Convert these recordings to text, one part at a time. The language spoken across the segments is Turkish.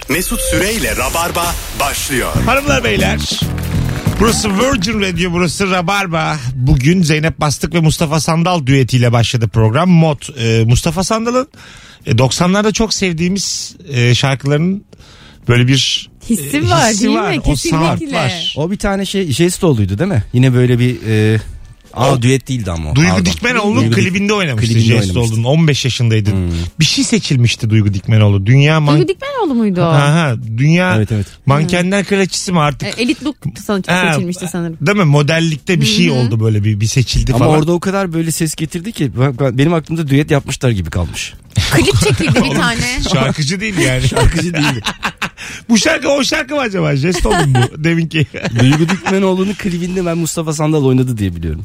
Mesut Süreyle Rabarba başlıyor. Hanımlar beyler, burası Virgin Radio, burası Rabarba. Bugün Zeynep Bastık ve Mustafa Sandal düetiyle başladı program. Mod. Mustafa Sandal'ın 90'larda çok sevdiğimiz şarkılarının böyle bir hissi var değil var. mi? O Kesinlikle. var. O bir tane jest olduydu değil mi? Yine böyle bir düet değildi ama o. Duygu Dikmenoğlu'nun klibinde oynamıştı. Jest olduğunu. 15 yaşındaydın. Bir şey seçilmişti Duygu Dikmenoğlu. Duygu Dikmenoğlu muydu o? Aha, dünya evet. mankenler kraliçesi mi artık? Elit Look seçilmişti sanırım. Değil mi? Modellikte bir şey oldu, böyle bir seçildi ama falan. orada o kadar böyle ses getirdi ki benim aklımda düet yapmışlar gibi kalmış. Klip çekildi bir tane. Şarkıcı değil yani. Şarkıcı değil. Bu şarkı o şarkı mı acaba? Jest oldu mu bu deminki? Duygu Dikmenoğlu'nun klibinde ben Mustafa Sandal oynadı diye biliyorum.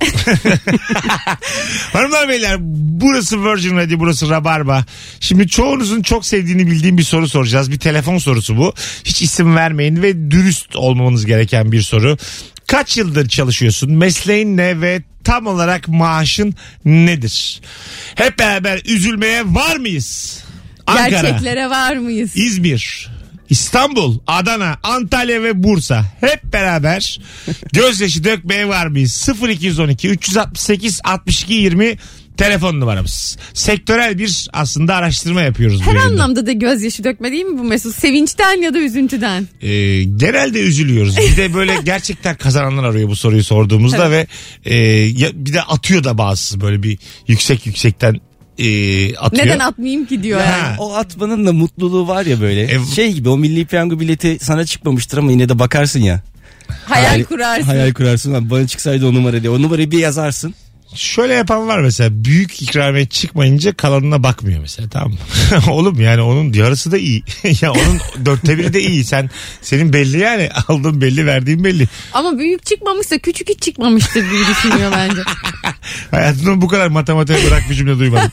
Hanımlar beyler, burası Virgin Radio, burası Rabarba. Şimdi çoğunuzun çok sevdiğini bildiğim bir soru soracağız. Bir telefon sorusu bu. Hiç isim vermeyin ve dürüst olmanız gereken bir soru. Kaç yıldır çalışıyorsun? Mesleğin ne ve tam olarak maaşın nedir? Hep beraber üzülmeye var mıyız? Ankara, Gerçeklere var mıyız? İzmir, İstanbul, Adana, Antalya ve Bursa. Hep beraber gözyaşı dökmeye var mıyız? 0212 368 62 20 telefon numaramız. Sektörel bir aslında araştırma yapıyoruz. Her anlamda da gözyaşı dökme değil mi bu Mesut? Sevinçten ya da üzüntüden. Genelde üzülüyoruz. Bir de böyle gerçekten kazananlar arıyor bu soruyu sorduğumuzda ve bir de atıyor da bazısı böyle bir yüksekten atıyor. Neden atmayayım ki diyor yani. O atmanın da mutluluğu var ya böyle. Şey gibi, o milli piyango bileti sana çıkmamıştır ama yine de bakarsın ya. Hayal kurarsın. Hayal kurarsın. Bana çıksaydı o numara diye. O numarayı bir yazarsın. Şöyle yapan var mesela, büyük ikramiye çıkmayınca kalanına bakmıyor mesela, tamam mı? Oğlum yani onun yarısı da iyi. Ya onun 1/4 de iyi. Senin belli yani, aldığın belli, verdiğin belli. Ama büyük çıkmamışsa küçük hiç çıkmamıştır diye düşünüyor bence. Hayatımda bu kadar matematiğe bırak bir cümle duymadım.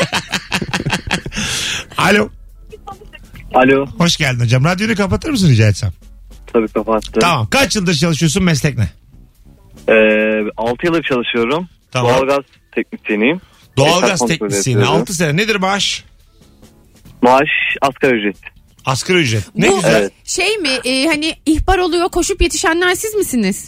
Alo. Alo. Hoş geldin hocam. Radyonu kapatır mısın rica etsem? Tabii kapattım. Tamam. Kaç yıldır çalışıyorsun? Meslek ne? 6 yıldır çalışıyorum. Tamam. Doğalgaz teknisyeniyim. Doğalgaz teknisyeni. 6 sene. Nedir maaş? Maaş asgari ücret. Asgari ücret. Ne bu, güzel. Evet. Şey mi hani ihbar oluyor, koşup yetişenler siz misiniz?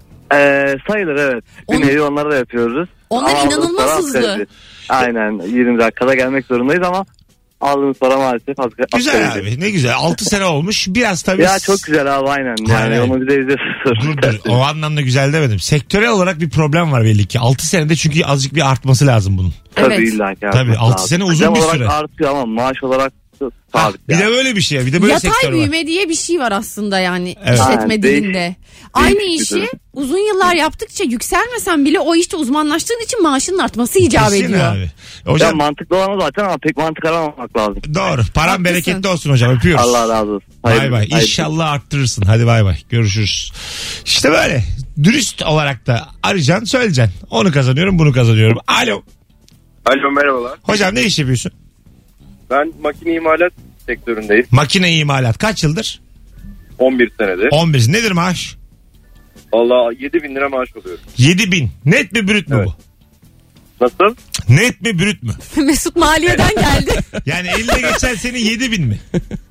Sayılır evet. Bir Onu- nevi onları da yapıyoruz. Onlar Ama aldığımız inanılmaz para hızlı. asgari ücret. Aynen 20 dakikada gelmek zorundayız ama aldığımız para maalesef asgari Güzel ücret. abi. Ne güzel. 6 sene olmuş. Biraz tabii. Ya çok güzel abi aynen. Yani Aynen. onu bir de izliyorsunuz. Dur. O anlamda güzel demedim. Sektörel olarak bir problem var belli ki. 6 senede çünkü azıcık bir artması lazım bunun. Tabii Evet. illa ki. Tabii, 6 sene uzun Kıdem bir olarak süre. artıyor ama maaş olarak sabit. Bir yani. de böyle bir şey. Bir de böyle Yatay sektör var. büyüme diye bir şey var aslında yani Evet. işletme Ha, dilinde. Aynı değişik bir işi durum. uzun yıllar yaptıkça yükselmesen bile o işte uzmanlaştığın için maaşının artması icap Kesin ediyor. abi. Ya Hocam mantıklı olan o zaten ama pek mantık aramamak lazım. doğru. Paran Haklısın. bereketli olsun hocam. Öpüyoruz. Allah razı olsun. Bay bay. İnşallah arttırırsın. Hadi bay bay. Görüşürüz. İşte böyle. Dürüst olarak da arayacaksın, söyleyeceksin. Onu kazanıyorum, bunu kazanıyorum. Alo. Alo merhabalar. Hocam ne iş yapıyorsun? Ben makine imalat sektöründeyim. Makine imalat. Kaç yıldır? 11 senedir. 11. Nedir maaş? Valla 7.000 lira maaş alıyorum. 7.000. Net mi brüt mü Evet. bu? Nasıl? Net mi brüt mü? Mesut maliyeden geldi. Yani eline geçen senin 7.000 mi?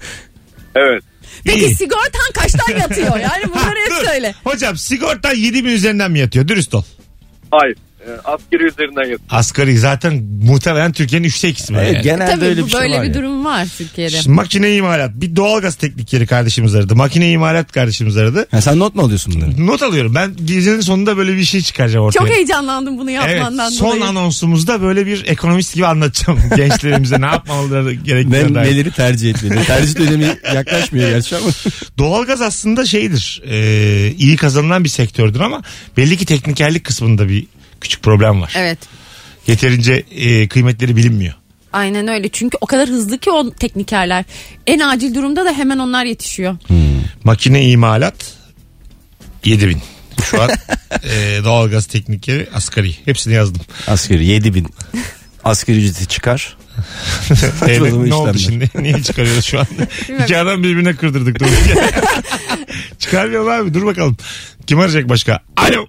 Evet. Peki İyi. sigortan kaçtan yatıyor? Yani bunları hep Dur. söyle. Hocam sigortan 7.000 üzerinden mi yatıyor? Dürüst ol. Hayır. Askeri üzerinden yatıyor. Asgari zaten muhtemelen Türkiye'nin 3'te 2'si var. Evet, Yani. genelde Tabii öyle bu bir şey böyle var bir ya. durum var Türkiye'de. Şimdi makine imalat. Bir doğalgaz teknikeri kardeşimiz aradı. Makine imalat kardeşimiz aradı. Ha, sen not mu alıyorsun bunları? Not alıyorum. Ben gecenin sonunda böyle bir şey çıkaracağım ortaya. Çok heyecanlandım bunu Evet, yapmandan son dolayı. anonsumuzda böyle bir ekonomist gibi anlatacağım gençlerimize ne yapmaları gerektiğine Ben dair. neleri tercih etmedim. Tercih dönemi yaklaşmıyor gerçi ama. Doğalgaz aslında şeydir, iyi kazanılan bir sektördür ama belli ki teknikerlik kısmında bir küçük problem var. Evet. Yeterince kıymetleri bilinmiyor. Aynen öyle. Çünkü o kadar hızlı ki o teknikerler. En acil durumda da hemen onlar yetişiyor. Makine imalat 7.000. Şu an doğalgaz teknikeri asgari. Hepsini yazdım. Asgari 7.000. Asgari ücreti çıkar. Evet, Saçmalama ne oldu işlemler. şimdi? Niye çıkarıyoruz şu an? İki adam birbirine kırdırdık. Çıkarmayalım abi, dur bakalım. Kim arayacak başka? Alo.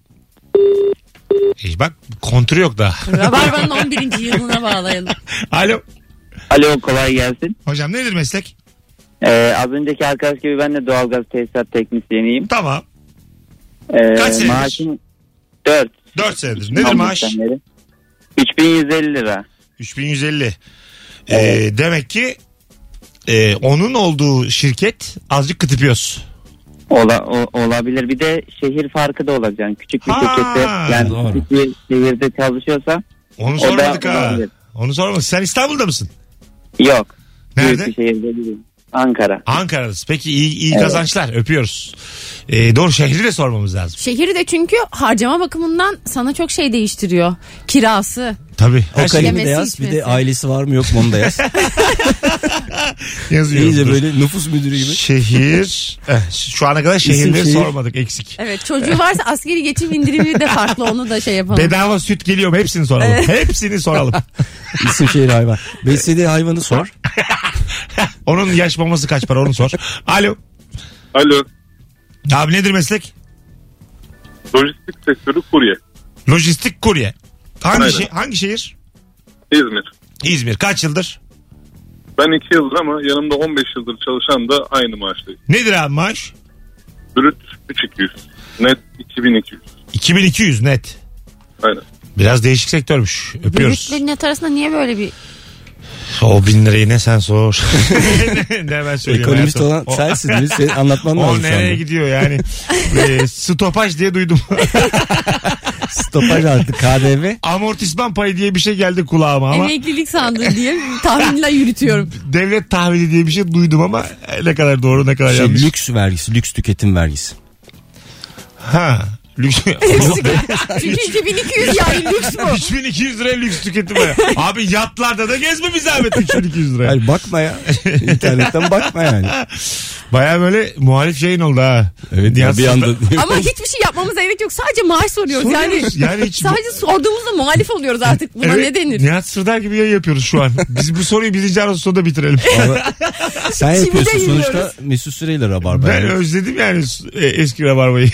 Bak kontrol yok daha. Rabarba'nın 11. yılına bağlayalım. Alo. Alo kolay gelsin. Hocam nedir meslek? Az önceki arkadaş gibi ben de doğalgaz tesisat teknisyeniyim. Tamam. Kaç senedir? Maaşım 4. 4 senedir. Nedir maaş? 3150 lira. 3150. Evet. Demek ki onun olduğu şirket azıcık kıtıpıyoruz. Olabilir. Bir de şehir farkı da olacak. Yani küçük bir şirkette yani doğru. küçük bir şehirde çalışıyorsa Onu sormadık ha. Onu sormadık. Sen İstanbul'da mısın? yok. Nerede? Büyük bir şehirde değil. Ankara. Ankara'dasın. Peki iyi kazançlar. Öpüyoruz. Doğru, şehri de sormamız lazım. Şehri de çünkü harcama bakımından sana çok şey değiştiriyor. Kirası. Tabii. O Her şey kalemi de Yemesi, yaz. Bir içmesi. de ailesi var mı yok mu onu da yaz. yazıyor. İyice böyle nüfus müdürü gibi. Şehir. Şu ana kadar şehirleri şehir. sormadık, eksik. Evet, çocuğu varsa askeri geçim indirimi de farklı, onu da şey yapalım. Bedava süt geliyor mu? Hepsini soralım. Hepsini soralım. İsim şehir hayvan. Beslediği hayvanı sor. Onun yaş maması kaç para, onu sor. Alo. Alo. Abi nedir meslek? Lojistik sektörü kurye. Lojistik kurye. Aynen. Hangi şehir? İzmir. İzmir. Kaç yıldır? Ben 2 yıldır ama yanımda 15 yıldır çalışan da aynı maaştayım. Nedir abi maaş? Brüt 3200. Net 2200. 2200 net. Aynen. Biraz değişik sektörmüş. Öpüyoruz. Brütle net arasında niye böyle bir... O 1000 lirayı ne sen sor. Ne ben söyleyeyim. Ekonomist hayatım. olan sensin. Değil mi? Senin anlatman O lazım şu nereye anda. gidiyor yani? Stopaj diye duydum. Stopaj artık KDV. Amortisman payı diye bir şey geldi kulağıma ama Emeklilik sandığı diye tahminle yürütüyorum. devlet tahvili diye bir şey duydum ama ne kadar doğru, ne kadar yanlış. Lüks vergisi, lüks tüketim vergisi. Ha. Lüks. Çünkü 2200 yani lüks bu. 3200 liraya lüks tüketim var. Abi yatlarda da gezme bir zahmet 3200 liraya. Hayır bakma ya. İnternetten bakma yani. Baya böyle muhalif yayın oldu ha. Evet ya, bir anda. Ama hiçbir şey yapmamıza gerek yok. Sadece maaş soruyoruz. Soruyoruz. Yani hiç... Sadece sorduğumuzda muhalif oluyoruz artık. Buna Evet, ne denir? Nihat Sırdar gibi yayın yapıyoruz şu an. Biz bu soruyu 1. anonsu sonunda bitirelim. Sen Şimdi yapıyorsun de sonuçta yiyoruz. Mesut Süreyle Rabarba. Ben Yani. özledim yani eski Rabarba'yı.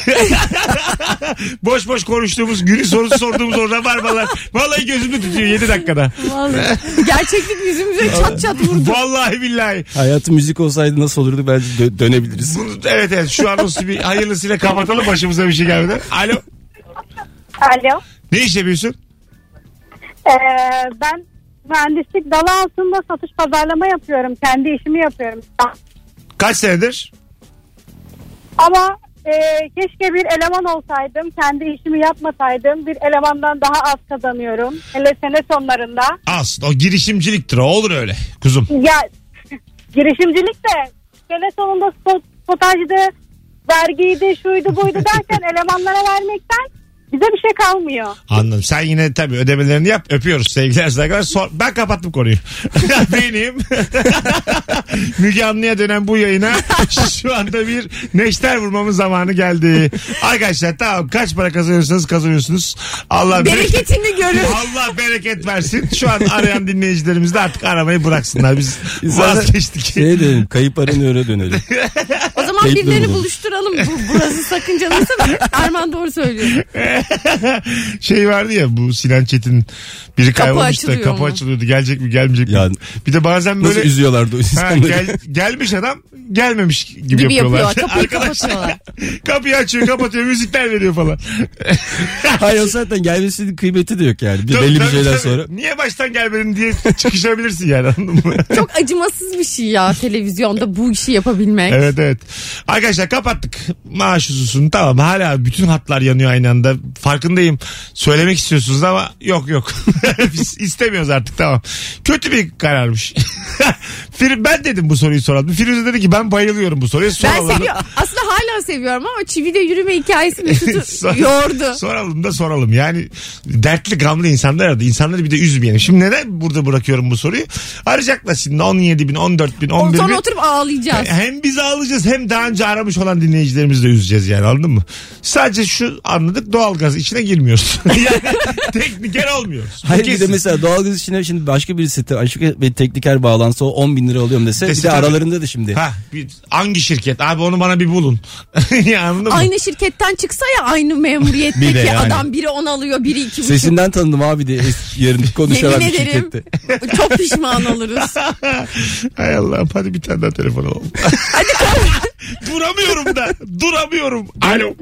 Boş boş konuştuğumuz, günün sorusu sorduğumuz o Rabarbalar. Vallahi gözümü tutuyor 7 dakikada. Vallahi. Gerçeklik yüzümüze çat çat vurdu. Vallahi billahi. Hayatı müzik olsaydı nasıl olurdu bence dönebiliriz. Evet şu anonsu bir hayırlısıyla kapatalım, başımıza bir şey gelmeden. Alo. Alo. Ne iş yapıyorsun? Ben mühendislik dalı altında satış pazarlama yapıyorum. Kendi işimi yapıyorum. Kaç senedir? Ama keşke bir eleman olsaydım. Kendi işimi yapmasaydım. Bir elemandan daha az kazanıyorum. Hele sene sonlarında. Az. O girişimciliktir, o olur öyle kuzum. Ya girişimcilik de sene sonunda stajdı, vergiydi, şuydu buydu derken elemanlara vermekten bize bir şey kalmıyor. Anladım. Sen yine tabii ödemelerini yap. Öpüyoruz sevgiler saygılar. Ben kapattım konuyu. Benim Müge Anlı'ya dönen bu yayına şu anda bir neşter vurmamın zamanı geldi. Arkadaşlar tamam, kaç para kazanıyorsanız kazanıyorsunuz. Allah Bereketini görün. Allah bereket versin. Şu an arayan dinleyicilerimiz de artık aramayı bıraksınlar. Biz vazgeçtik. Şey dedim, kayıp aranıyor'a dönelim. O zaman Kayıp birilerini durumu. buluşturalım. Burası sakıncalısı mı? Erman doğru söylüyor. Şey vardı ya, bu Sinan Çetin biri kaybolmuş da açılıyor kapı mu? açılıyordu. Gelecek mi gelmeyecek mi? Ya, Bir de bazen Nasıl böyle üzüyorlardı o insanları. gelmiş adam gelmemiş gibi, Gibi yapıyorlar. yapıyorlar. Kapıyı Arkadaşlar, kapatıyorlar. kapıyı açıyor kapatıyor, müzikler veriyor falan. Hayır, o zaten gelmesinin kıymeti de yok yani. Tabii, Belli bir tabii, şeyden tabii. sonra. Niye baştan gelmedin diye çıkışabilirsin yani, anladın mı? Çok acımasız bir şey ya televizyonda bu işi yapabilmek. Evet. Arkadaşlar kapattık maaş hususunu, tamam, hala bütün hatlar yanıyor aynı anda, farkındayım, söylemek istiyorsunuz ama yok. Biz istemiyoruz artık, tamam. Kötü bir kararmış. Ben dedim bu soruyu soralım. Firuze dedi ki ben bayılıyorum bu soruya, Ben soralım. seviyorum. Aslında hala seviyorum ama çivide yürüme hikayesi Mesut'u Sor- yordu. Soralım. Yani dertli gamlı insanlar aradı. İnsanları bir de üzmeyelim. Şimdi neden burada bırakıyorum bu soruyu? Arayacaklar şimdi 17 bin, 14 bin, 11 Sonra bin. oturup ağlayacağız. Hem biz ağlayacağız hem daha daha önce aramış olan dinleyicilerimizi de üzeceğiz yani, anladın mı? Sadece şu anladık, doğalgaz içine girmiyoruz. Yani tekniker olmuyoruz. Hayır bir de Kesin. mesela doğalgaz içine şimdi başka birisi bir tekniker bağlansa o 10 bin lira oluyor dese. Bir de tabii. aralarında da şimdi. Hangi şirket? Abi onu bana bir bulun. Ya, anladın mı? Aynı şirketten çıksa ya aynı memuriyetteki Bir de yani. adam biri 10 alıyor biri 2,5. Sesinden tanıdım abi de yarın konuşarak Yemin bir ederim. şirkette. Çok pişman oluruz. Hay Allah'ım, hadi bir tane daha telefon alalım. Duramıyorum. Alo.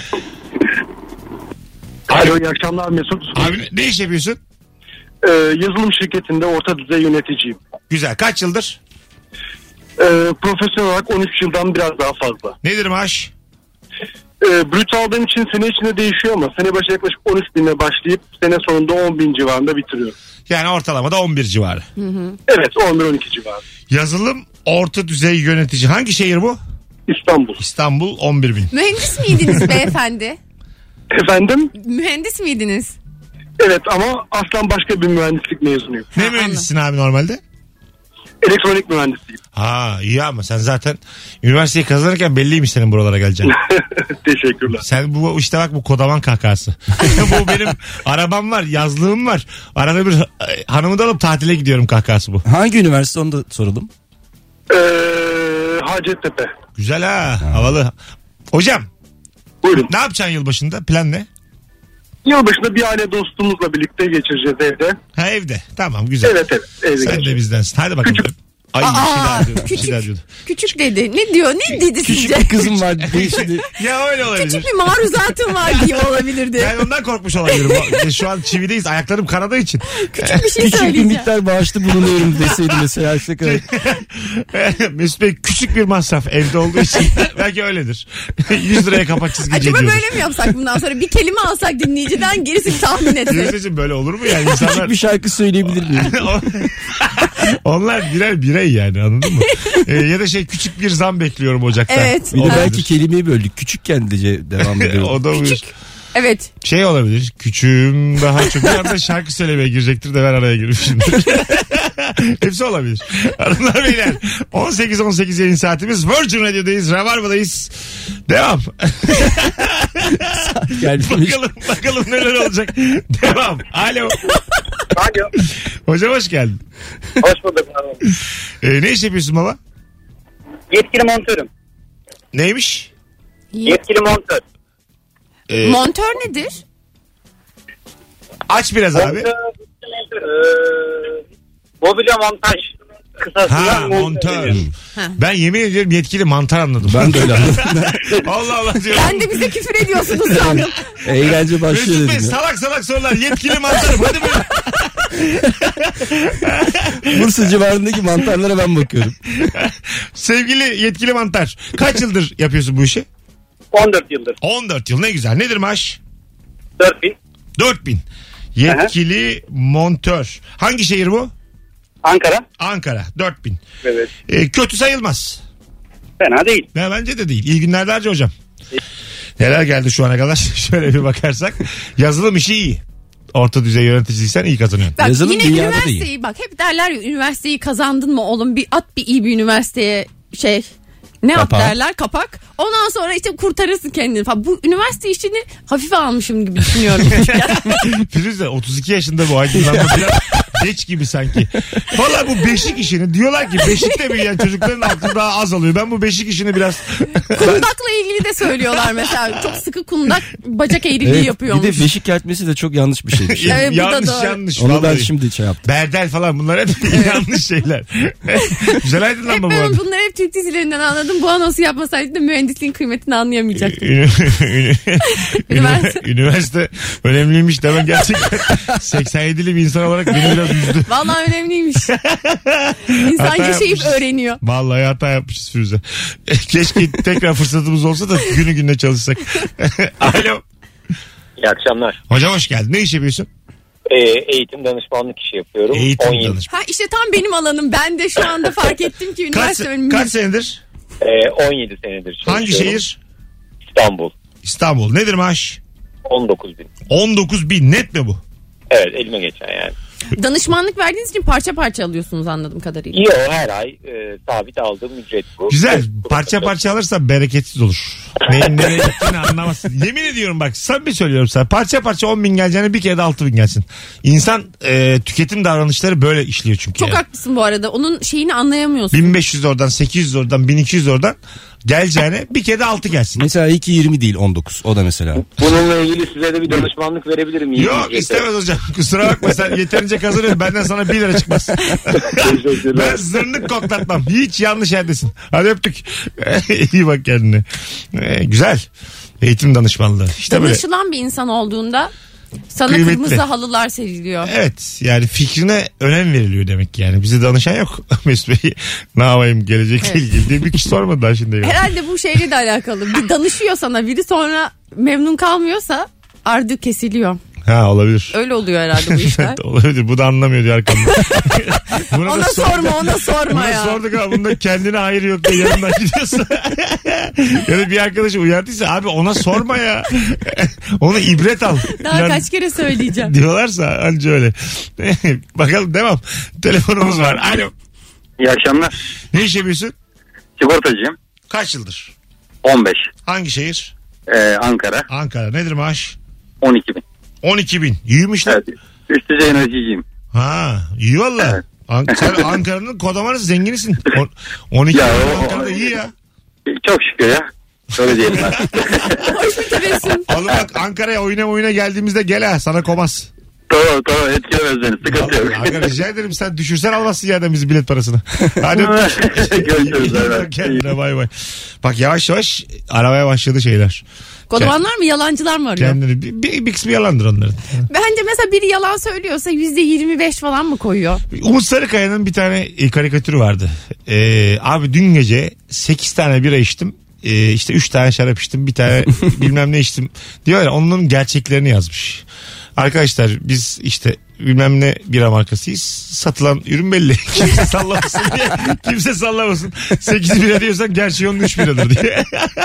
Alo, iyi akşamlar Mesut. Abi ne iş yapıyorsun? Yazılım şirketinde orta düzey yöneticiyim. Güzel. Kaç yıldır? Profesyonel olarak 13 yıldan biraz daha fazla. Nedir maaş? Brüt aldığım için sene içinde değişiyor ama sene başı yaklaşık 13 binle başlayıp sene sonunda 10 bin civarında bitiriyorum. Yani ortalamada 11 civarı. Evet, 11-12 civarı. Yazılım orta düzey yönetici. Hangi şehir bu? İstanbul. İstanbul 11 bin. Mühendis miydiniz beyefendi? Efendim? Mühendis miydiniz? Evet ama aslen başka bir mühendislik mezunuyum. Ne mühendissin abi normalde? Elektronik mühendisiyim. Ha iyi, ama sen zaten üniversiteyi kazanırken belliymiş senin buralara geleceğin. Teşekkürler. Sen bu işte bak, bu kodaman kahkahası. Bu benim arabam var, yazlığım var. Arada bir hanımı da alıp tatile gidiyorum kahkahası bu. Hangi üniversite onu da soralım. Hacettepe. Güzel ha, havalı. Hocam. Buyurun. Ne yapacaksın yılbaşında? Plan ne? Yılbaşında bir aile dostumuzla birlikte geçireceğiz evde. Ha, evde. Tamam, güzel. Evet. Evde Sen geçireceğiz. de bizdensin. Hadi bakalım. Ay bir şeyler diyordu. Küçük dedi. Ne diyor? Ne dedi sizce? Küçük bir kızım var diye şimdi. Ya öyle olabilir. Küçük bir maruzatım var diye olabilirdi. Ben ondan korkmuş olabilirim. Şu an çivideyiz. Ayaklarım kanadığı için. Küçük bir şey Küçük bir söyleyeceğim. miktar bağışta bulunuyorum deseydi mesela işte kadar. Mesut Bey, küçük bir masraf evde olduğu için. Belki öyledir. 100 liraya kapak çizgici Acaba ediyordur. böyle mi yapsak bundan sonra? Bir kelime alsak dinleyiciden, gerisini tahmin etsek. Mesut'cum, böyle olur mu yani? İnsanlar... Küçük bir şarkı söyleyebilir miyim? Onlar birer birey yani, anladın mı? Ya da küçük bir zam bekliyorum Ocak'ta. Evet. Bir de Olabilir. belki kelimeyi böldük. Küçükken de devam ediyor. O da olur. Evet. Olabilir. Küçüğüm daha çok. Bir anda şarkı söylemeye girecektir de ben araya girmişimdir. Hepsi olabilir. Hanımlar beyler, 18 yayın saatimiz. Virgin Radio'dayız. Rabarba'dayız. Devam. bakalım neler olacak. Devam. Alo. Alo. Hocam hoş geldin. Hoş bulduk. Ne iş yapıyorsun baba? Yetkili montörüm. Neymiş? Yetkili montör. Montör nedir? Aç biraz abi. Mobilya montaj. Kısasıyla Ha, montör. Ben yemin ediyorum yetkili mantar anladım. Ben de öyle anladım. Allah Allah diyorum. Ben de bize küfür ediyorsunuz sandım. Eğlence başlıyor Mesut Bey, dedim. salak sorular. Yetkili mantarım. Hadi buyurun. Bursa civarındaki mantarlara ben bakıyorum. Sevgili yetkili mantar. Kaç yıldır yapıyorsun bu işi? 14 yıldır. 14 yıl. Ne güzel. Nedir maaş? 4000. 4000. Yetkili montör. Hangi şehir bu? Ankara. Ankara. 4000. Evet. Kötü sayılmaz. Fena değil. Ya bence de değil. İyi günler Harcı hocam. Neler geldi şu ana kadar? Şöyle bir bakarsak. Yazılım işi iyi. Orta düzey yöneticiysen iyi kazanıyorsun. Bak Yazılım yine dünyada da üniversiteyi, bak hep derler ya, üniversiteyi kazandın mı oğlum, bir at bir iyi bir üniversiteye ne yap Kapak. derler, kapak. Ondan sonra işte kurtarırsın kendini falan. Bu üniversite işini hafife almışım gibi düşünüyorum. Firuze 32 yaşında bu aydınlanma biraz geç gibi sanki. Valla bu beşik işini diyorlar ki beşikte büyüyen çocukların aklı daha az alıyor. Ben bu beşik işini biraz... Kundakla ilgili de söylüyorlar mesela. Çok sıkı kundak bacak eğriliği Evet, yapıyormuş. bir de beşik kertmesi de çok yanlış bir şeymiş. Evet, bu da doğru. yanlış. Onu ben vallahi. şimdi yaptım. Berdel falan bunlar hep yanlış şeyler. Güzel Hep aydınlanma bu ben arada. bunları hep Türk dizilerinden anladım. Bu anonsu yapmasaydı da mühendisliğin kıymetini anlayamayacaktım. Üniversite önemliymiş demek gerçekten. 87'li bir insan olarak beni biraz üzdü. Vallahi önemliymiş. İnsan Hata yaşayıp yapmışız. öğreniyor. Vallahi hata yapmışız Firuze. Keşke tekrar fırsatımız olsa da günü gününe çalışsak. Alo. İyi akşamlar. Hocam hoş geldin. Ne iş yapıyorsun? Eğitim danışmanlık işi yapıyorum. Eğitim 17. danışmanlık. Ha işte tam benim alanım. Ben de şu anda fark ettim ki üniversite bölümü. Kaç senedir? 17 senedir çalışıyorum. Hangi şehir? İstanbul. İstanbul. Nedir maaş? 19.000. 19.000 net mi bu? Evet, elime geçen yani. Danışmanlık verdiğiniz için parça parça alıyorsunuz anladığım kadarıyla. Yok, her ay sabit aldığım ücret bu. Güzel. Parça parça alırsan bereketsiz olur. Neyin nereye gittiğini anlamazsın. Yemin ediyorum bak, samimi söylüyorum sana. Parça parça 10 bin geleceğine bir kere de 6 bin gelsin. İnsan tüketim davranışları böyle işliyor çünkü. Çok yani. haklısın bu arada. Onun şeyini anlayamıyorsun. 1500 oradan, 800 oradan, 1200 oradan geleceğine bir kere de 6 gelsin. Mesela 20 değil 19. O da mesela. Bununla ilgili size de bir danışmanlık verebilir miyim? Yok istemez hocam. Kusura bakma, sen yeterince kazanıyorsun. Benden sana 1 lira çıkmaz. Ben zırnık koklatmam. Hiç yanlış yerdesin. Hadi öptük. İyi bak kendine. Güzel. Eğitim danışmanlığı. İşte Danışılan bir insan olduğunda sana kıymetli. kırmızı halılar seriliyor. Evet, yani fikrine önem veriliyor demek ki yani. Bize danışan yok. Mesut Bey ne yapayım gelecekle ilgili diye bir kişi sormadı daha şimdi. Herhalde bu şeyle de alakalı. Bir danışıyor sana biri, sonra memnun kalmıyorsa ardı kesiliyor. Ha, olabilir. Öyle oluyor herhalde bu işler. Olabilir. Bu da anlamıyor diyor arkamda. Ona sorma Buna ya. sorduk abi. Bunda kendine hayır yok diye yanından gidiyorsun. Ya da bir arkadaşı uyardıysa abi ona sorma ya. Onu ibret al. Daha kaç kere söyleyeceğim. Diyorlarsa anca öyle. Bakalım, devam. Telefonumuz var. Alo. İyi akşamlar. Ne iş yapıyorsun? Sigortacıyım. Kaç yıldır? 15. Hangi şehir? Ankara. Ankara. Nedir maaş? 12 bin. 12 bin. İyiymiş lan. Evet. Üst düzey yöneticiyim. Ha, iyi valla. Evet. Sen Ankara'nın kodamanı, zenginisin. 12 Ya, bin Ankara'da iyi ya. Çok şükür ya. Öyle diyelim ben. Hoş bir tebessüm. Oğlum bak, Ankara'ya oyuna geldiğimizde gel ha, sana komaz. Tamam etkilemez beni, sıkıntı yok. Aga rica ederim, sen düşürsen almazsın yerden bizi bilet parasını. Hadi görüşürüz. Kendine bay bay. Bak yavaş yavaş aramaya başladı şeyler. Kodamanlar mı, yalancılar mı arıyor? Kendini bir kısmı yalandır onların. Bence mesela biri yalan söylüyorsa %25 falan mı koyuyor? Umut Sarıkaya'nın bir tane karikatürü vardı. Abi dün gece 8 tane bira içtim. İşte 3 tane şarap içtim, bir tane bilmem ne içtim diyor ya, onun gerçeklerini yazmış. Arkadaşlar biz işte bilmem ne bira markasıyız. Satılan ürün belli. Kimse sallamasın diye. Kimse sallamasın. 8 bira diyorsan gerçi onun 3 biradır diye.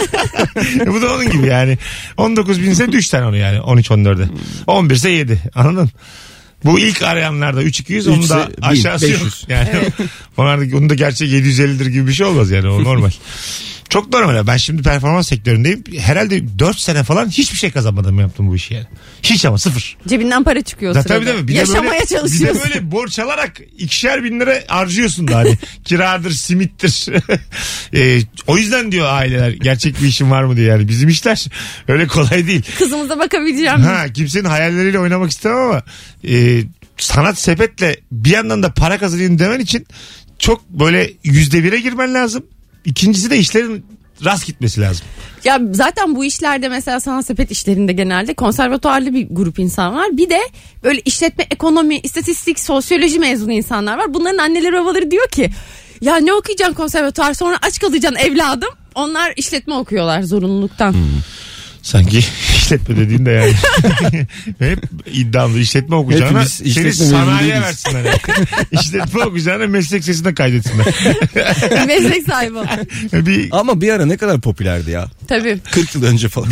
Bu da onun gibi yani. 19 binse düş sen onu yani. 13-14'e. 11 ise 7. Anladın? Bu ilk arayanlarda 3-200, onun da aşağısı yok. Yani onun da gerçek 750'dir gibi bir şey olmaz yani, o normal. Çok normal. Ben şimdi performans sektöründeyim. Herhalde 4 sene falan hiçbir şey kazanmadım yaptım bu işi yani. Hiç, ama sıfır. Cebinden para çıkıyor o sırada. Tabii. Yaşamaya çalışıyorsun. Bir de böyle borç alarak 2'şer bin lira harcıyorsun da hani. Kiradır, simittir. O yüzden diyor aileler, gerçek bir işin var mı diye yani. Bizim işler öyle kolay değil. Kızımıza bakabileceğim. Kimsenin hayalleriyle oynamak istemem ama sanat sepetle bir yandan da para kazanayım demen için çok böyle %1'e girmen lazım. İkincisi de işlerin rast gitmesi lazım. Ya zaten bu işlerde, mesela sanat sepet işlerinde genelde konservatuarlı bir grup insan var. Bir de böyle işletme, ekonomi, istatistik, sosyoloji mezunu insanlar var. Bunların anneleri babaları diyor ki ya ne okuyacaksın konservatuar, sonra aç kalacaksın evladım. Onlar işletme okuyorlar zorunluluktan. Sanki işletme dediğin de yani. Hep iddialı işletme okuyacağına seni sanayiye versinler. Yani. İşletme okuyacağına meslek sesine kaydetsinler. Meslek sahibi. Ama bir ara ne kadar popülerdi ya. Tabii. 40 yıl önce falan.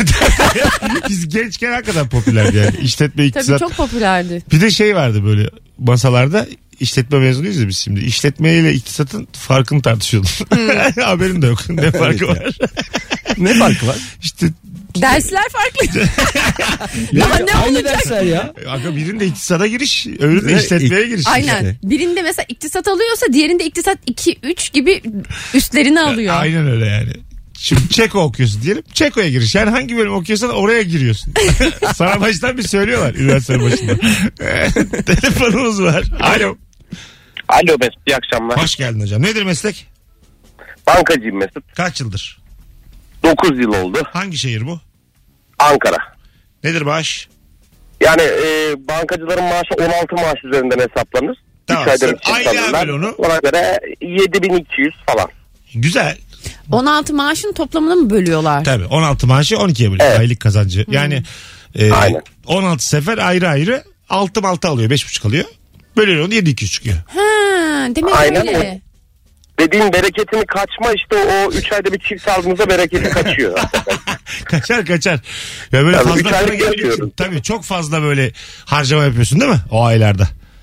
Biz gençken hakikaten popülerdi yani. İşletme, iktisat. Tabii çok popülerdi. Bir de şey vardı böyle masalarda, işletme mezunuyuz ya biz şimdi. İşletme ile iktisatın farkını tartışıyordum. Haberin de yok. Ne farkı var? Ne farkı var? İşte dersler farklı. Daha ne olacak? Dersler ya. Birinde iktisada giriş, öbüründe işletmeye giriş. Aynen. İşte. Birinde mesela iktisat alıyorsa diğerinde iktisat 2-3 gibi üstlerini alıyor. Aynen öyle yani. Şimdi Çeko okuyorsun diyelim. Çeko'ya giriş. Yani hangi bölüm okuyorsan oraya giriyorsun. Sana baştan bir söylüyorlar üniversite başında. Telefonumuz var. Alo. Alo Mesut, iyi akşamlar. Hoş geldin hocam. Nedir meslek? Bankacıyım Mesut. Kaç yıldır? 9 yıl oldu. Hangi şehir bu? Ankara. Nedir maaş? Yani bankacıların maaşı 16 maaş üzerinden hesaplanır. Tamam. Aynen öyle onu. Ona göre 7200 falan. Güzel. 16 maaşın toplamını mı bölüyorlar? Tabii 16 maaşı 12'ye bölüyor. Evet. Aylık kazancı. Yani 16 sefer ayrı ayrı 6 alıyor, 5,5 alıyor. Bölüyor onu 7,200 çıkıyor. Demek aynen öyle. Dediğin bereketini kaçma, işte o 3 ayda bir çift aldığınızda bereketi kaçıyor. kaçar. Ya böyle tabii fazla para geldiği için tabii çok fazla böyle harcama yapıyorsun değil mi o aylarda?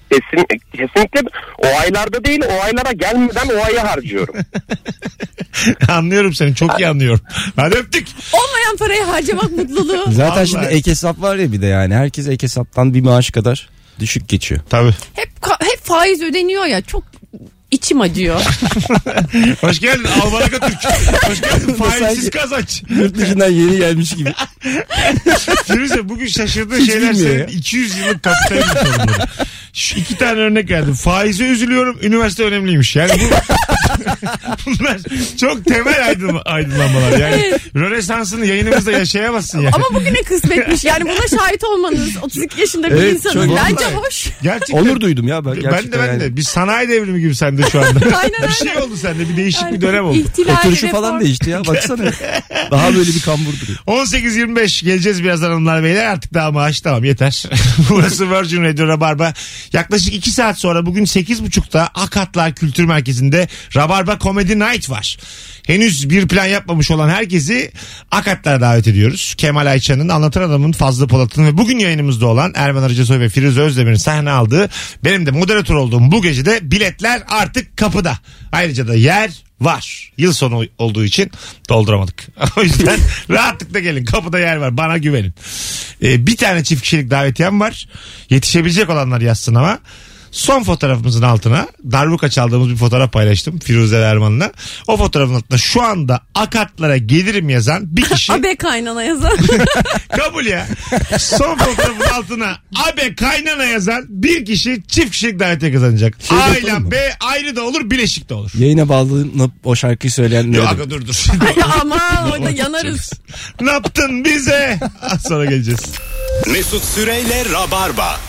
Kesinlikle o aylarda değil, o aylara gelmeden o ayı harcıyorum. Anlıyorum seni, çok iyi anlıyorum. Hadi öptük. Olmayan parayı harcamak mutluluğu. Zaten Vallahi. şimdi ek hesap var ya bir de yani. Herkes ek hesaptan bir maaş kadar düşük geçiyor. Tabii. Hep faiz ödeniyor ya, çok içim acıyor. Hoş geldin Almanaka Türk. Hoş geldin faizsiz kazanç. Yurt dışından yeni gelmiş gibi. Firuze bugün şaşırdığın Hiç şeyler bilmiyor senin ya. 200 yıllık kapitalizm sorunları. Şu 2 tane örnek verdim. Faize üzülüyorum, üniversite önemliymiş. Yani bunlar çok temel aydınlanmalar. Yani Rönesans'ını yayınımızda yaşayamazsın yani. Ama bugüne kısmetmiş. Yani buna şahit olmanız 32 yaşında bir Evet, insanın. çok Bence vallahi. hoş. Gerçekten. Onur duydum ya ben. Ben Gerçekten de. Bir sanayi devrimi gibi sende şu anda. Aynen, Bir şey aynen. oldu sende. Bir değişik Yani bir dönem oldu. ihtilal, Oturuşu reform. falan değişti ya baksana. Daha böyle bir kambur duruyor. 18.25 geleceğiz birazdan hanımlar beyler, artık daha maaş tamam yeter. Burası Virgin Radio Rabarba. Yaklaşık 2 saat sonra bugün 8.30'da Akatlar Kültür Merkezi'nde Rabarba Comedy Night var. Henüz bir plan yapmamış olan herkesi Akatlar'a davet ediyoruz. Kemal Ayça'nın, Anlatan Adam'ın, Fazlı Polat'ın ve bugün yayınımızda olan Erman Arıcasoy ve Firuze Özdemir'in sahne aldığı, benim de moderatör olduğum bu gecede biletler artık kapıda. Ayrıca da yer var. Yıl sonu olduğu için dolduramadık. O yüzden rahatlıkla gelin. Kapıda yer var. Bana güvenin. Bir tane çift kişilik davetiyem var. Yetişebilecek olanlar yazsın ama. Son fotoğrafımızın altına darbuka çaldığımız bir fotoğraf paylaştım Firuze ve Erman'la. O fotoğrafın altına şu anda Akatlara gelirim yazan bir kişi. Abe kaynana yazan. Kabul ya. Son fotoğrafın altına Abe kaynana yazan bir kişi çift kişilik davetiye kazanacak. Ailem B ayrı da olur, bileşik de olur. Yayına bağlanıp o şarkıyı söyleyen Yok ne? dur. Aman orada yanarız. Ne yaptın bize? Az sonra geleceğiz. Mesut Süreyle Rabarba.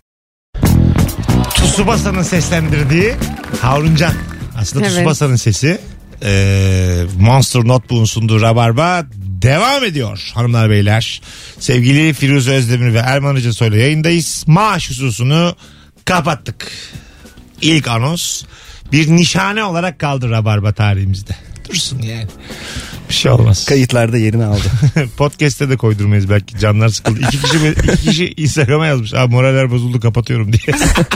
Tsubasa'nın seslendirdiği Haruncan. Aslında Evet. Tsubasa'nın sesi. Monster Notebook'un sunduğu Rabarba devam ediyor hanımlar beyler. Sevgili Firuze Özdemir ve Erman Arıcasoy'la yayındayız. Maaş hususunu kapattık. İlk anons bir nişane olarak kaldı Rabarba tarihimizde. Dursun yani. Bir şey olmaz. Kayıtlarda yerini aldı. Podcast'te de koydurmayız belki, canlar sıkıldı. İki kişi Instagram'a yazmış. Abi moraller bozuldu, kapatıyorum diye.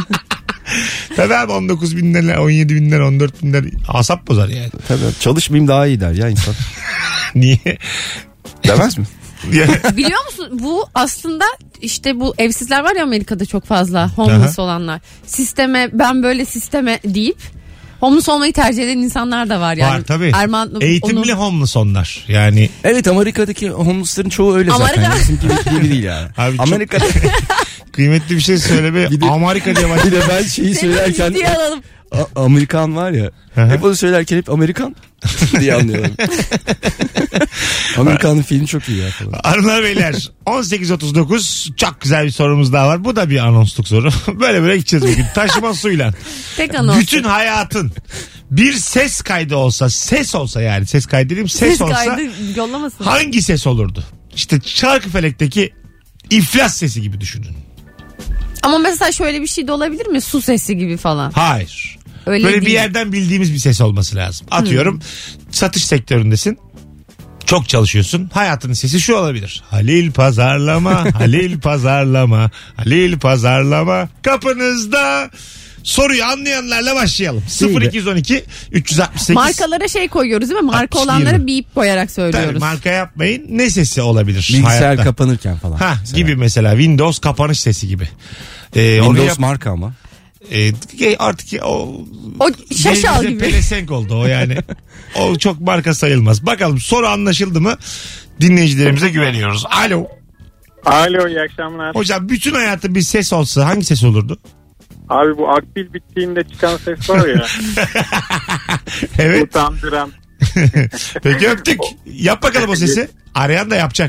Tabii abi 19 binler, 17 binler, 14 binler asap bozar yani. Tabii çalışmayayım daha iyi der ya insan. Niye? Demez mi? Biliyor musun bu aslında işte bu evsizler var ya Amerika'da çok fazla homeless olanlar. Ben böyle sisteme deyip homeless olmayı tercih eden insanlar da var yani. Var tabii. Erman, eğitimli homeless onlar. Yani Evet, Amerika'daki homeless'ların çoğu öyle zaten. Amerika- Bizimki gibi değil yani. Abi çok- Amerika'da kıymetli bir şey söyleme. Bir de- Amerika diye bir başlıyor. de ben şeyi söylerken ciddiye alalım. Amerikan var ya. Hı hı. Hep onu söylerken hep Amerikan diye anlıyorum. Amerikan'ın filmi çok iyi ya falan. Hanımlar beyler 18.39 çok güzel bir sorumuz daha var. Bu da bir anonsluk soru. Böyle gideceğiz bugün. Taşıma suyla. Tek anons. Bütün hayatın bir ses kaydı olsa, ses olsa yani ses kaydı değil, ses olsa kaydı yollamasın. hangi ses olurdu? İşte Çarkıfelek'teki iflas sesi gibi düşünün. Ama mesela şöyle bir şey de olabilir mi? Su sesi gibi falan. Hayır. Öyle Böyle bir değil. yerden bildiğimiz bir ses olması lazım. Atıyorum satış sektöründesin. Çok çalışıyorsun. Hayatının sesi şu olabilir. Halil pazarlama, Halil pazarlama, Halil pazarlama kapınızda. Soruyu anlayanlarla başlayalım. 0212 368. Markalara şey koyuyoruz değil mi? Marka 62 olanlara bip koyarak Tabii, söylüyoruz. marka yapmayın. Ne sesi olabilir? Bilgisayar hayatta? kapanırken falan. Ha, mesela. gibi mesela Windows kapanış sesi gibi. Onu Windows yap- marka ama. Artık o şaşal bize gibi. pelesenk oldu o yani. O çok marka sayılmaz. Bakalım soru anlaşıldı mı? Dinleyicilerimize güveniyoruz. Alo. Alo, iyi akşamlar. Hocam bütün hayatı bir ses olsa hangi ses olurdu? Abi bu akbil bittiğinde çıkan ses var ya. Evet. Utandıran. Peki öptük. Yap bakalım o sesi. Arayan da yapacak.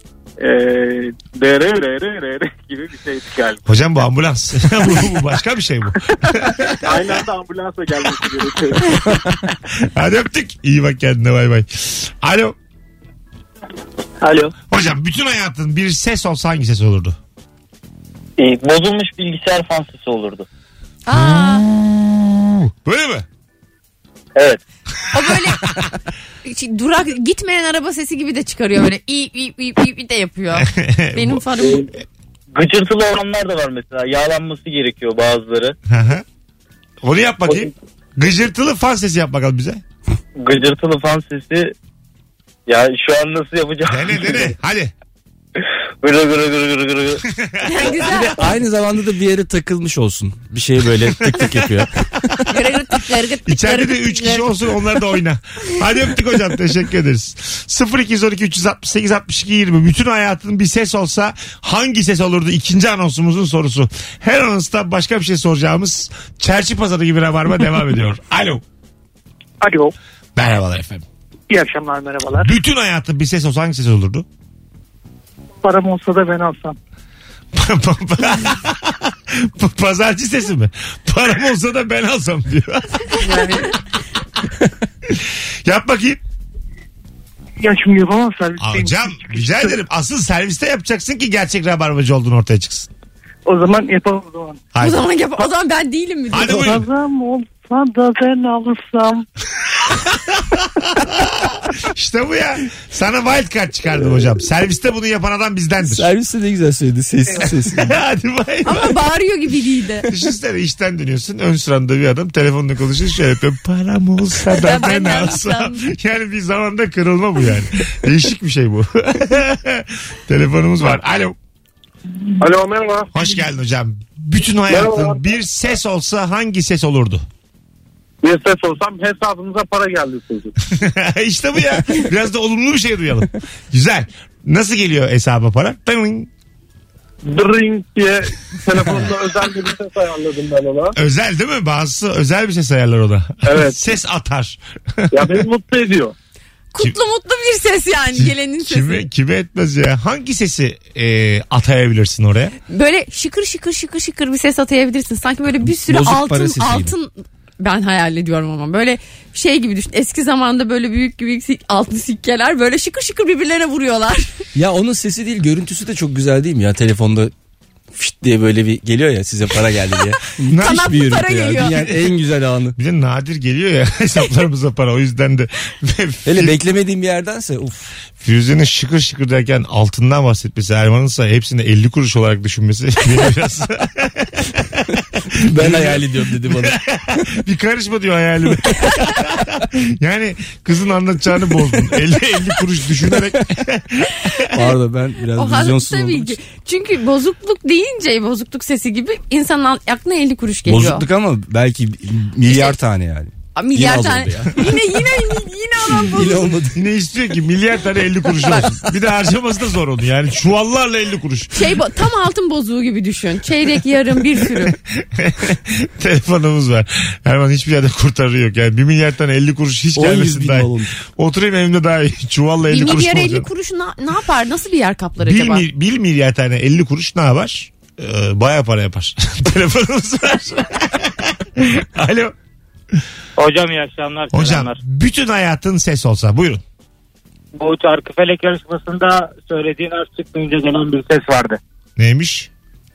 Dere gibi bir şeydi galiba. Hocam bu ambulans. bu başka bir şey bu. Aynı anda ambulansla gelmesi gerekiyor. Hadi öptük. İyi bak kendine, bay bay. Alo. Alo. Hocam bütün hayatın bir ses olsa hangi ses olurdu? Bozulmuş bilgisayar fan sesi olurdu. Aa, Böyle mi? Evet. o böyle durak gitmeyen araba sesi gibi de çıkarıyor böyle. İyi de yapıyor. Benim farım. Gıcırtılı olanlar da var mesela. Yağlanması gerekiyor bazıları. Onu yap bakayım. Gıcırtılı fan sesi yap bakalım bize. Gıcırtılı fan sesi. Ya şu an nasıl yapacağım? Dene. Hadi. Gırı gırı gırı gırı gırı. Güzel. Aynı zamanda da bir yere takılmış olsun. Bir şey böyle tık tık yapıyor. İçeride de 3 kişi olsun, onlar da oyna. Hadi öptük hocam, teşekkür ederiz. 0212 368 62 20. Bütün hayatın bir ses olsa hangi ses olurdu? İkinci anonsumuzun sorusu. Her anonsta başka bir şey soracağımız Çerçi Pazarı gibi Rabarba devam ediyor. Alo. Alo. Merhabalar efendim. İyi akşamlar, merhabalar. Bütün hayatın bir ses olsa hangi ses olurdu? Param olsa da ben alsam. Pazarcı sesi mi? Param olsa da ben alsam diyor. Yani... Yap bakayım. Ya şimdi yapamam serviste. Hocam rica ederim. Asıl serviste yapacaksın ki gerçek rabarbacı olduğun ortaya çıksın. O zaman yapalım o zaman. Haydi. O zaman ben değilim mi? Hadi buyurun. Param olsa da ben alırsam. İşte bu ya. Sana wild card çıkardım hocam. Serviste bunu yapan adam bizdendir. Serviste ne güzel söyledi. Sessiz. Hadi bay. Ama bağırıyor gibiydi. Düşünsene, işten dönüyorsun. Ön sıranda bir adam telefonla konuşuyor. Şöyle yapıyor. Param olsa da ben alsam. Yani bir zamanda kırılma bu yani. Değişik bir şey bu. Telefonumuz var. Alo. Alo, merhaba. Hoş geldin hocam. Bütün hayatın Merhaba. bir ses olsa hangi ses olurdu? Bir ses olsam hesabınıza para geldi sözü. İşte bu ya. Biraz da olumlu bir şey duyalım. Güzel. Nasıl geliyor hesaba para? Dring diye telefonda özel bir ses ayarladım ben ona. Özel değil mi? Bazısı özel bir ses ayarlar o da. Evet. Ses atar. Ya beni mutlu ediyor. Mutlu bir ses yani, gelenin sesi. Kime etmez ya. Hangi sesi atayabilirsin oraya? Böyle şıkır bir ses atayabilirsin. Sanki böyle bir sürü Bozuk para sesi altın ben hayal ediyorum ama. Böyle şey gibi düşün. Eski zamanda böyle büyük altın sikkeler böyle şıkır birbirlerine vuruyorlar. Ya onun sesi değil, görüntüsü de çok güzel değil mi ya? Telefonda fişt diye böyle bir geliyor ya, size para geldi diye. Müthiş bir para görüntü ya. geliyor. Dünyanın en güzel anı. Bir de nadir geliyor ya hesaplarımıza para. O yüzden de. Hele beklemediğim bir yerdense Firuze'nin şıkır derken altından bahsetmesi, Erman'ınsa hepsini 50 kuruş olarak düşünmesi beni biraz... Ben hayal ediyorum dedi bana. Bir karışma diyor hayalime. Yani kızın anlatacağını bozdun. 50 kuruş düşünerek. Pardon, ben biraz O vizyonsuz tabii oldum. ki. Çünkü bozukluk deyince, bozukluk sesi gibi insanın aklına 50 kuruş geliyor. Bozukluk ama belki milyar tane yani. Milyar Yine tane. Yine adam bozuldu. Yine olmadı. Yine istiyor ki milyar tane 50 kuruş olsun. Bir de harcaması da zor onu. Yani çuvallarla 50 kuruş. Tam altın bozuğu gibi düşün. Çeyrek, yarım, bir sürü. Telefonumuz var. Erman hiçbir yerde kurtarı yok. Yani 1 milyar tane 50 kuruş hiç gelmesin daha iyi. Oturayım evimde daha iyi. Çuvalla 50 kuruş mu 1 milyar 50 olacak? kuruş ne yapar? Nasıl bir yer kaplar acaba? 1 milyar tane 50 kuruş ne yapar? Bayağı para yapar. Telefonumuz var. Alo. Hocam iyi akşamlar. Hocam Selamlar. bütün hayatın ses olsa buyurun. Bu Çarkıfelek yarışmasında söylediğin harf çıkmayınca gelen bir ses vardı. Neymiş?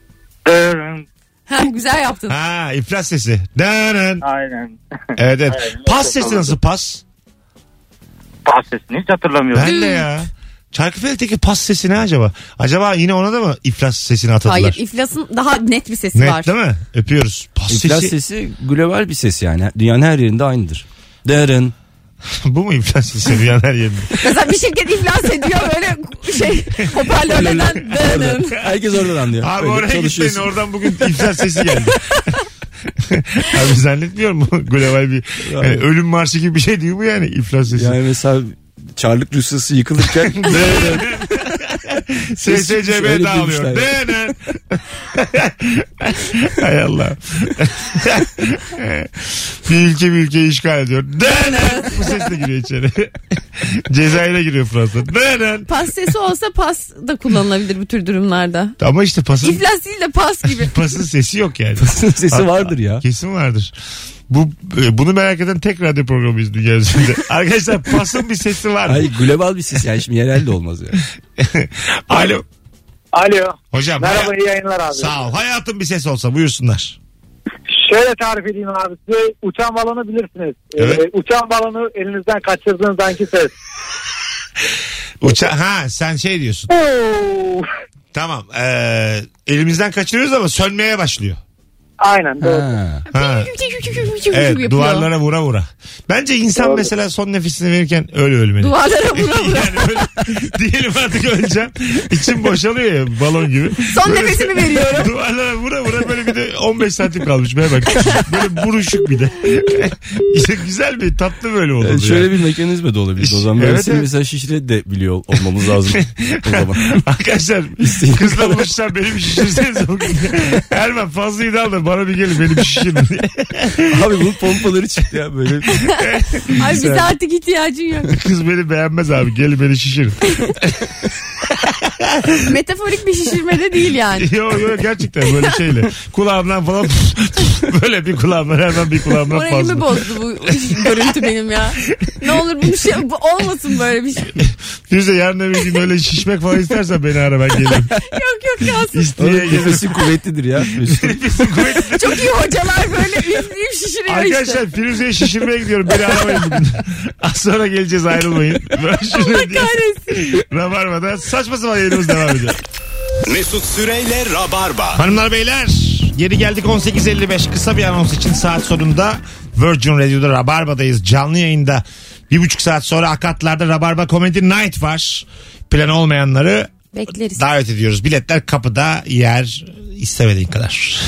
Güzel yaptın. İflas sesi. Dırın. Aynen. Evet. Aynen. Pas sesi nasıl pas? Pas sesini hiç hatırlamıyorum. Ben de ya. Çarkıfelek'teki pas sesi ne acaba? Acaba yine ona da mı iflas sesini atadılar? Hayır, iflasın daha net bir sesi Net var. değil mi? Öpüyoruz. Pas İflas sesi. sesi global bir ses yani. Dünyanın her yerinde aynıdır. Derin. Bu mu iflas sesi dünyanın her yerinde? Mesela bir şirket iflas ediyor böyle hoparlörlerden dönün. Herkes oradan anlıyor. Abi Öyle oraya gitmeyin, çalışıyorsun. oradan bugün iflas sesi geldi. Abi zannetmiyorum bu global bir ölüm marşı gibi bir şey değil bu yani iflas sesi. Yani mesela Çarlık Rusyası yıkılırken SSCB dağılıyor. Hay Allah. bir ülkeyi işgal ediyor. Bu ses de giriyor içeri. Cezayir'e giriyor Fransa. Pas sesi olsa pas da kullanılabilir bu tür durumlarda. Ama işte pasın... İflas değil de pas gibi. Pasın sesi yok yani. Pasın sesi vardır ya. Kesin vardır. Bunu merak eden tek radyo programıyız dünya üzerinde. Arkadaşlar pasın bir sesi var. Hayır, global bir ses yani, şimdi yerel de olmaz yani. Alo. Alo. Hocam. Merhaba, iyi yayınlar abi. Sağ ol. Hayatın bir ses olsa buyursunlar. Şöyle tarif edeyim abi size. Uçan balonu bilirsiniz. Evet. Uçan balonu elinizden kaçırdığınız anki ses. Sen şey diyorsun. Tamam. Elimizden kaçırıyoruz ama sönmeye başlıyor. Aynen doğru. Ha. Evet, yapıyor. duvarlara vura vura. Bence insan Doğru. mesela son nefesini verirken öyle ölmeli. Duvarlara vura vura. Yani böyle diyelim artık öleceğim. İçim boşalıyor ya balon gibi. Son Böyle nefesimi veriyorum. Duvarlara vura vura böyle bir de 15 santim kalmış. Böyle bak. Böyle buruşuk bir de. İşte güzel bir tatlı böyle oldu. Şöyle bir mekanizma da olabilir. O zaman Evet, böyle evet. mesela şişire de biliyor olmamız lazım. O zaman. Arkadaşlar kızla buluşsam beni bir şişirseniz o gün. Erman fazla iddialı da bana bir gelin beni bir şişirin diye. Abi bu pompaları çıktı ya böyle. Ay bize artık ihtiyacın yok. Kız beni beğenmez abi gelin beni şişirin. Metaforik bir şişirme de değil yani. Yok gerçekten böyle şeyle. Kulağımdan falan böyle bir kulağımdan hemen bir kulağımdan Moralimi fazla. bozdu bu görüntü benim ya. Ne olur bu olmasın böyle bir şey. Firuze yarın öbür gün öyle şişmek falan istersen beni ara ben gelirim. Yok kalsın. İsteye gelir. Nefesi kuvvetlidir ya. Çok iyi hocalar böyle üfleyip şişiriyor Arkadaşlar işte. Firuze'ye şişirmeye gidiyorum. Beni aramayın bugün. Az sonra geleceğiz ayrılmayın. Allah kahretsin. Rabarba'da saçma sapan yayınımız devam ediyor. Mesut Süreyle Rabarba. Hanımlar beyler geri geldik 18.55 kısa bir anons için saat sonunda Virgin Radio'da Rabarba'dayız canlı yayında 1,5 saat sonra Akatlar'da Rabarba Comedy Night var. Planı olmayanları Bekleriz. davet ediyoruz. Biletler kapıda, yer istemediğin kadar.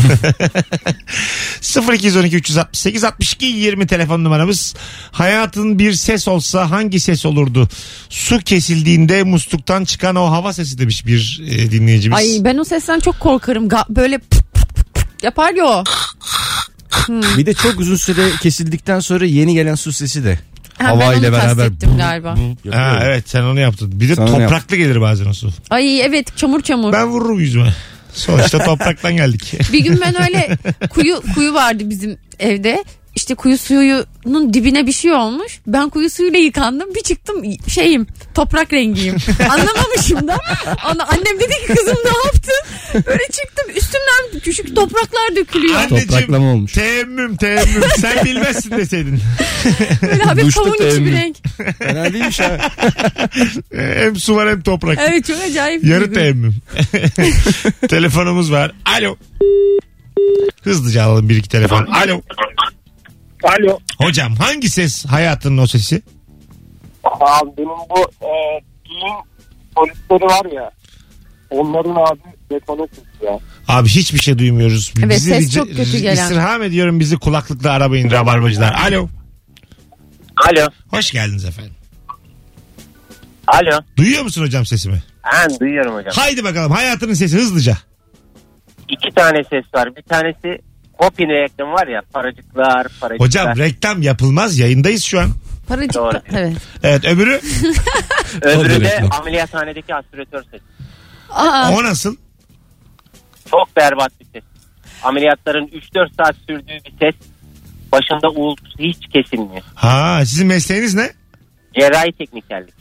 0212 368 62 20 telefon numaramız. Hayatın bir ses olsa hangi ses olurdu? Su kesildiğinde musluktan çıkan o hava sesi demiş bir dinleyicimiz. Ay ben o sesten çok korkarım. Böyle yapar ya o. Bir de çok uzun süre kesildikten sonra yeni gelen su sesi de. Ha, ben onu kastettim galiba. Ha, evet sen onu yaptın. Bir de Sana topraklı gelir bazen o su. Ay evet çamur. Ben vururum yüzüme. Sonuçta topraktan geldik. Bir gün ben öyle kuyu vardı bizim evde. İşte kuyu suyunun dibine bir şey olmuş. Ben kuyu suyuyla yıkandım. Bir çıktım toprak rengiyim. Anlamamışım da. Annem dedi ki kızım ne yaptın? Böyle çıktım üstümden küçük topraklar dökülüyor. Anneciğim Topraklama olmuş. Teyemmüm. Sen bilmezsin deseydin. Böyle hafif Duşta kavun içi bir teyemmüm. renk. Fena değilmiş ha. Hem su var hem toprak. Evet çok acayip. Yarı bir teyemmüm. Telefonumuz var. Alo. Hızlıca alalım bir iki telefon. Alo. Alo. Hocam hangi ses hayatının o sesi? Abi benim bu giyim polisleri var ya. Onların abi detone sesi ya. Abi hiçbir şey duymuyoruz. Evet, ses çok kötü gelen. İstirham ediyorum bizi kulaklıkla aramayın rabarbacılar. Alo. Alo. Hoş geldiniz efendim. Alo. Duyuyor musun hocam sesimi? Ben duyuyorum hocam. Haydi bakalım hayatının sesi hızlıca. 2 tane ses var. Bir tanesi Kopin reklam var ya paracıklar. Hocam reklam yapılmaz yayındayız şu an. Paracık. Doğru. Evet. Evet öbürü? Öbürü de reklam. ameliyathanedeki aspiratör sesi. Aa, O nasıl? Çok berbat bir ses. Ameliyatların 3-4 saat sürdüğü bir ses. Başında uğultusu hiç kesilmiyor. Ha sizin mesleğiniz ne? Cerrahi teknikerlik.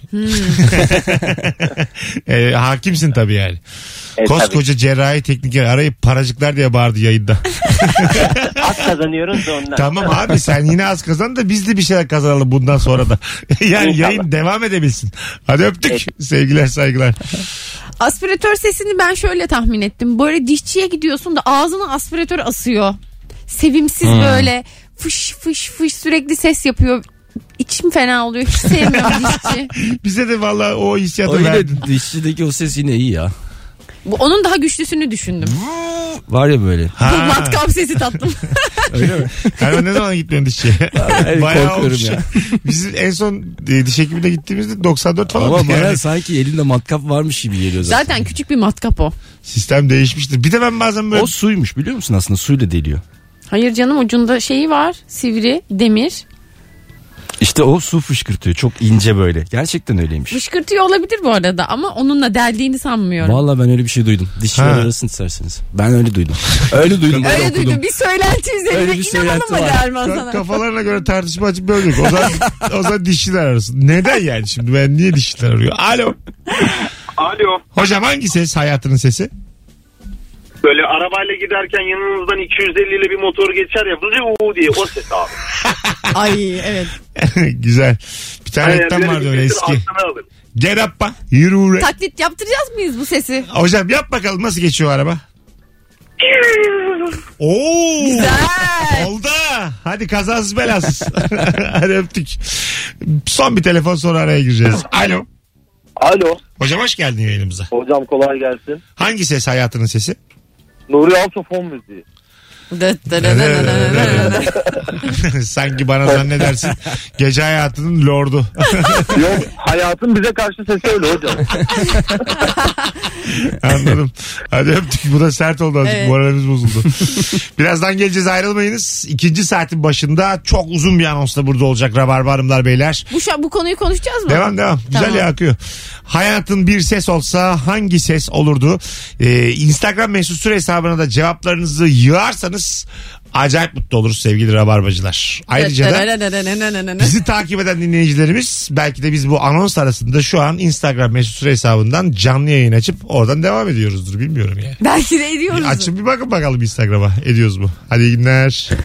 Hakimsin tabii yani. Tabii. Koskoca cerrahi tekniker arayıp paracıklar diye bağırdı yayında. Az kazanıyoruz da ondan. Tamam abi sen yine az kazan da biz de bir şeyler kazanalım bundan sonra da. Yani İnşallah. yayın devam edebilsin. Hadi öptük. Evet. Sevgiler saygılar. aspiratör sesini ben şöyle tahmin ettim. Böyle dişçiye gidiyorsun da ağzına aspiratör asıyor. Sevimsiz böyle fış fış fış sürekli ses yapıyor. İçim fena oluyor. Hiç sevmiyorum dişçi. Bize de vallahi o hissiyatı O yine verdin. dişçideki o ses yine iyi ya. Onun daha güçlüsünü düşündüm. Var ya böyle. Bu matkap sesi tatlım. Öyle mi? Yani ne zaman gitmiyorsun dişçiye? Bayağı korkuyorum olmuş. ya. Biz en son diş hekimine gittiğimizde 94 falan. Ama bana yani. sanki elinde matkap varmış gibi geliyor zaten. Zaten küçük bir matkap o. Sistem değişmiştir. Bir de ben bazen böyle... O suymuş biliyor musun aslında suyla deliyor. Hayır canım ucunda şeyi var. Sivri, demir. İşte o su fışkırtıyor çok ince böyle. Gerçekten öyleymiş. Fışkırtıyor olabilir bu arada ama onunla deldiğini sanmıyorum. Vallahi ben öyle bir şey duydum. Dişçiler Ha. arasın isterseniz. Ben öyle duydum. Öyle duydum. Öyle okudum. duydum. Bir söylenti üzerine Öyle bir inanalım söylenti mı var. Derman sana? Kafalarına göre tartışma açıp böyle yok. O zaman dişçiler arasın. Neden yani şimdi ben niye dişçiler arıyor? Alo. Alo. Hocam hangi ses hayatının sesi? Böyle arabayla giderken yanınızdan 250 ile bir motor geçer ya. Vızı diye o ses abi. Ay evet. Güzel. Bir tane reklam vardı öyle eski. Gerappa yürü. Taklit yaptıracağız mıyız bu sesi? Hocam yap bakalım nasıl geçiyor araba? Oo. Güzel. Oldu. Hadi kazasız belasız. Hadi öptük. Son bir telefon sonra araya gireceğiz. Alo. Alo. Hocam hoş geldin yayınımıza. Hocam kolay gelsin. Hangi ses hayatının sesi? Nuri Alço fon müziği. Sanki bana zannedersin gece hayatının lordu. Yok, hayatın bize karşı sesi öyle hocam. Anladım. Hadi öptük. Bu da sert oldu azıcık. Evet. Moralimiz bozuldu. Birazdan geleceğiz, ayrılmayınız. 2. saatin başında çok uzun bir anonsla burada olacak Rabarba Hanımlar Beyler. Bu konuyu konuşacağız mı? Devam. Güzel tamam. Akıyor. Hayatın bir ses olsa hangi ses olurdu? Instagram mesut süre hesabına da cevaplarınızı yığarsanız acayip mutlu oluruz sevgili Rabarbacılar. Ayrıca da bizi takip eden dinleyicilerimiz belki de biz bu anons arasında şu an Instagram mesut süre hesabından canlı yayın açıp oradan devam ediyoruzdur, bilmiyorum yani. Belki de ediyoruz. Açın bir bakın bakalım Instagram'a ediyoruz mu? Hadi iyi günler.